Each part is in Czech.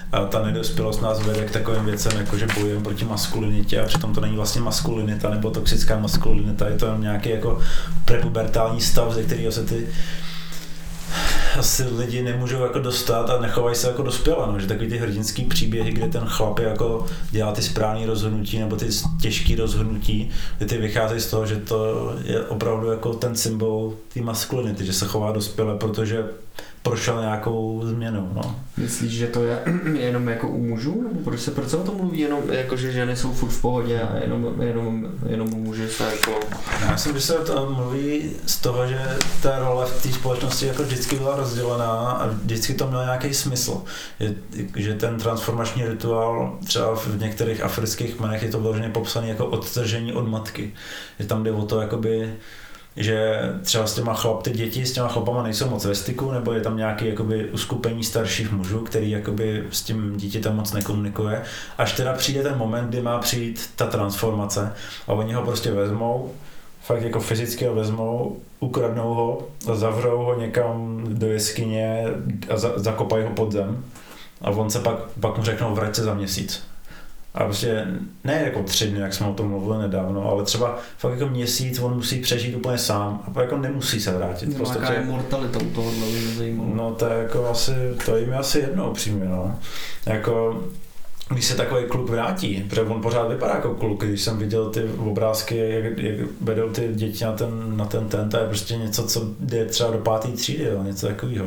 A ta nedospělost nás vede k takovým věcem, jako že bojujeme proti maskulinitě a přitom to není vlastně maskulinita nebo toxická maskulinita, je to jen nějaký jako prepubertální stav, ze kterého se ty asi lidi nemůžou jako dostat a nechovají se jako dospělé, no, že takový ty hrdinský příběhy, kde ten chlap jako dělá ty správné rozhodnutí nebo ty těžké rozhodnutí, kde ty vycházejí z toho, že to je opravdu jako ten symbol té maskulinity, že se chová dospěle, protože prošel nějakou změnou, no. Myslíš, že to je jenom jako u mužů? Nebo proč se o tom mluví jenom jako, že ženy jsou furt v pohodě a jenom u muži se jako... Já myslím, že se to mluví z toho, že ta role v té společnosti jako vždycky byla rozdělená a vždycky to mělo nějaký smysl. Že ten transformační rituál třeba v některých afrických kmenech je to vloženě popsaný jako odtržení od matky. Že tam jde o to jakoby, že třeba s těma ty děti s těma chlapama nejsou moc ve styku, nebo je tam nějaké jakoby uskupení starších mužů, který jakoby s tím dítětem moc nekomunikuje, až teda přijde ten moment, kdy má přijít ta transformace a oni ho prostě vezmou, fakt jako fyzicky ho vezmou, ukradnou ho a zavřou ho někam do jeskyně a zakopají ho pod zem a on se pak mu řeknou vrať se za měsíc. A prostě ne jako 3 dny, jak jsme o tom mluvili nedávno, ale třeba fakt jako měsíc on musí přežít úplně sám a pak jako nemusí se vrátit. Jaká je mortalita u tohohle, by mě zajímalo. No to je jako asi, to je mi asi jedno upřímně, no. Jako, když se takový kluk vrátí, protože on pořád vypadá jako kluk, když jsem viděl ty obrázky, jak vedou ty děti na ten to je prostě něco, co jde třeba do 5. třídy, jo, něco takového.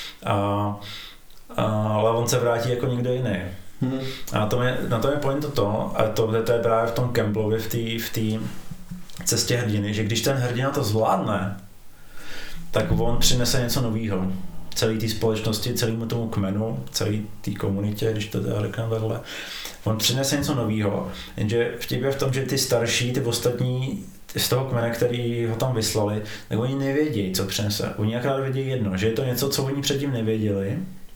Ale on se vrátí jako někdo jiný. A na tom je point to, a to je právě v tom Campbellovi, v té cestě hrdiny, že když ten hrdina to zvládne, tak on přinese něco nového. Celé té společnosti, celému tomu kmenu, celé té komunitě, když to teda řekneme takhle. On přinese něco nového, jenže vtip je v tom, že ty starší, ty ostatní z toho kmene, který ho tam vyslali, tak oni nevědí, co přinese. Oni akorát vědí jedno, že je to něco, co oni předtím nevěděli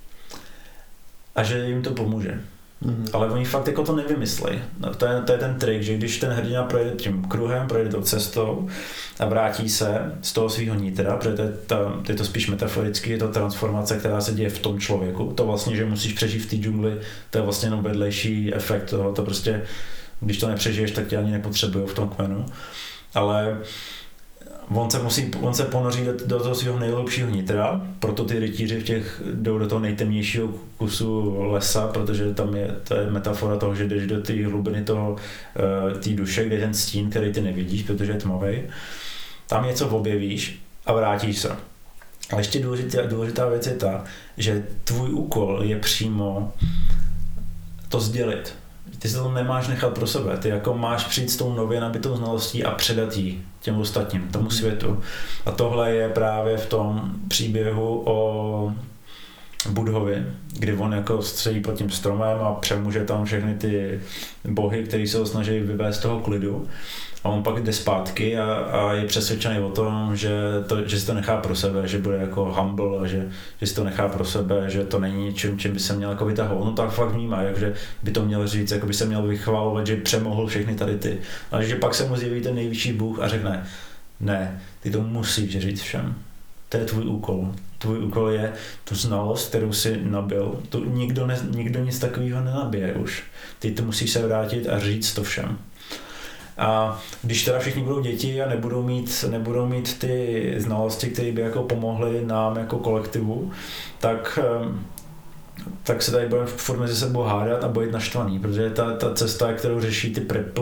a že jim to pomůže. Ale oni fakt jako to nevymyslí. No, to je ten trik, že když ten hrdina projde tím kruhem, projde tou cestou a vrátí se z toho svého nitra, protože je to spíš metaforicky, je to transformace, která se děje v tom člověku. To vlastně, že musíš přežít v té džungli, to je vlastně jenom vedlejší efekt toho. To prostě, když to nepřežiješ, tak tě ani nepotřebují v tom kmenu. Ale on se ponoří do toho svého nejlepšího nitra, proto ty rytíři jdou do toho nejtemnějšího kusu lesa, protože to je metafora toho, že jdeš do té hlubiny té duše, kde je ten stín, který ty nevidíš, protože je tmavej. Tam něco objevíš a vrátíš se. Ale ještě důležitá věc je ta, že tvůj úkol je přímo to sdělit. Ty si to nemáš nechat pro sebe, ty jako máš přijít s tou nově nabitou znalostí a předat jí těm ostatním, tomu světu. A tohle je právě v tom příběhu o Budhovi, kdy on jako středí pod tím stromem a přemůže tam všechny ty bohy, který se ho snaží vyvést z toho klidu. A on pak jde zpátky a je přesvědčený o tom, že si to nechá pro sebe, že bude jako humble a že si to nechá pro sebe, že to není ničím, čím by se měl jako vytahovat. On tak fakt vnímá, že by to měl říct, jako by se měl vychválovat, že přemohl všechny tady ty. Ale že pak se mu zjeví ten nejvyšší Bůh a řekne, ne, ty to musíš říct všem. To je tvůj úkol. Tvůj úkol je tu znalost, kterou jsi nabil. Nikdo nic takového nenabije už. Ty to musíš se vrátit a říct to všem. A když teda všichni budou děti a nebudou mít ty znalosti, které by jako pomohly nám jako kolektivu, tak se tady budeme furt mezi sebou hádat a být naštvaný, protože ta cesta, kterou řeší ty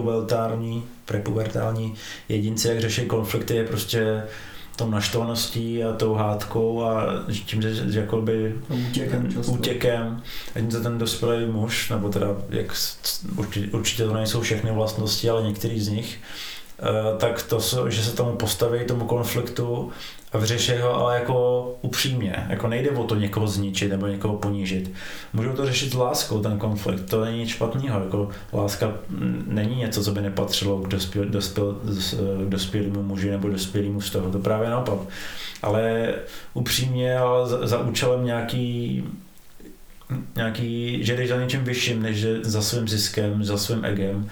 prepubertální jedinci, jak řeší konflikty, je prostě tou naštvaností a tou hádkou a tím, že jakoby útěkem. Ať za ten dospělý muž, nebo teda určitě to nejsou všechny vlastnosti, ale některý z nich, tak to, že se tomu postaví, tomu konfliktu a vyřeší ho, ale jako upřímně. Jako nejde o to někoho zničit nebo někoho ponížit. Můžou to řešit s láskou, ten konflikt. To není nic špatného. Jako láska není něco, co by nepatřilo k dospělému muži nebo dospělému vztahu. To právě naopak. Ale upřímně, ale za účelem nějaký, že jdeš za něčím vyšším, než za svým ziskem, za svým egem.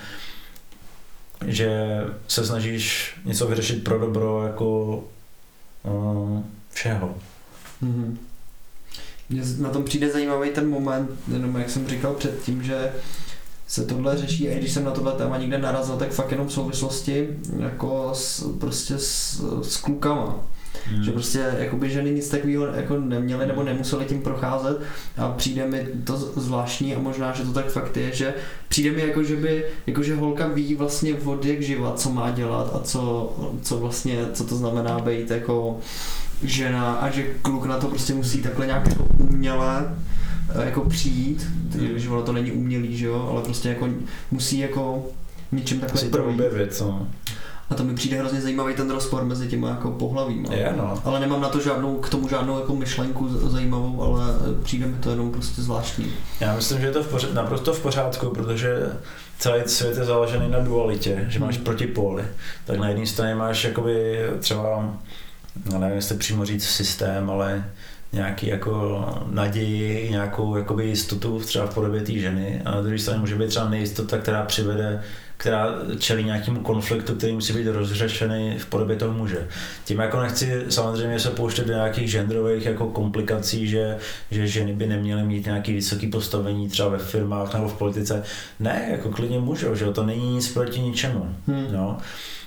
Že se snažíš něco vyřešit pro dobro jako všeho. Mně na tom přijde zajímavý ten moment, jenom jak jsem říkal předtím, že se tohle řeší a když jsem na tohle téma někde narazil, tak fakt jenom v souvislosti jako s klukama. Že prostě jakoby ženy nic takového jako neměly nebo nemusely tím procházet a přijde mi to zvláštní a možná, že to tak fakt je, že přijde mi že holka ví vlastně od jak živa, co má dělat a co to znamená být jako žena a že kluk na to prostě musí takhle nějak jako uměle jako přijít, že ono to není umělý, že jo, ale prostě jako musí jako něčím takhle projít. A to mi přijde hrozně zajímavý ten rozpor mezi těma jako pohlavíma. No. Ale nemám na to k tomu žádnou jako myšlenku zajímavou, ale přijde mi to jenom prostě zvláštní. Já myslím, že je to naprosto v pořádku, protože celý svět je založený na dualitě, že máš protipóly. Tak na jedné straně máš jakoby třeba, nevím, jestli přímo říct systém, ale nějaký jako naději, nějakou jakoby jistotu třeba v podobě té ženy a na druhé straně může být třeba nejistota, která čelí nějakému konfliktu, který musí být rozřešený v podobě toho muže. Tím jako nechci samozřejmě se pouštět do nějakých genderových jako komplikací, že ženy by neměly mít nějaký vysoký postavení třeba ve firmách nebo v politice. Ne, jako klidně můžou, že to není nic proti ničemu. No.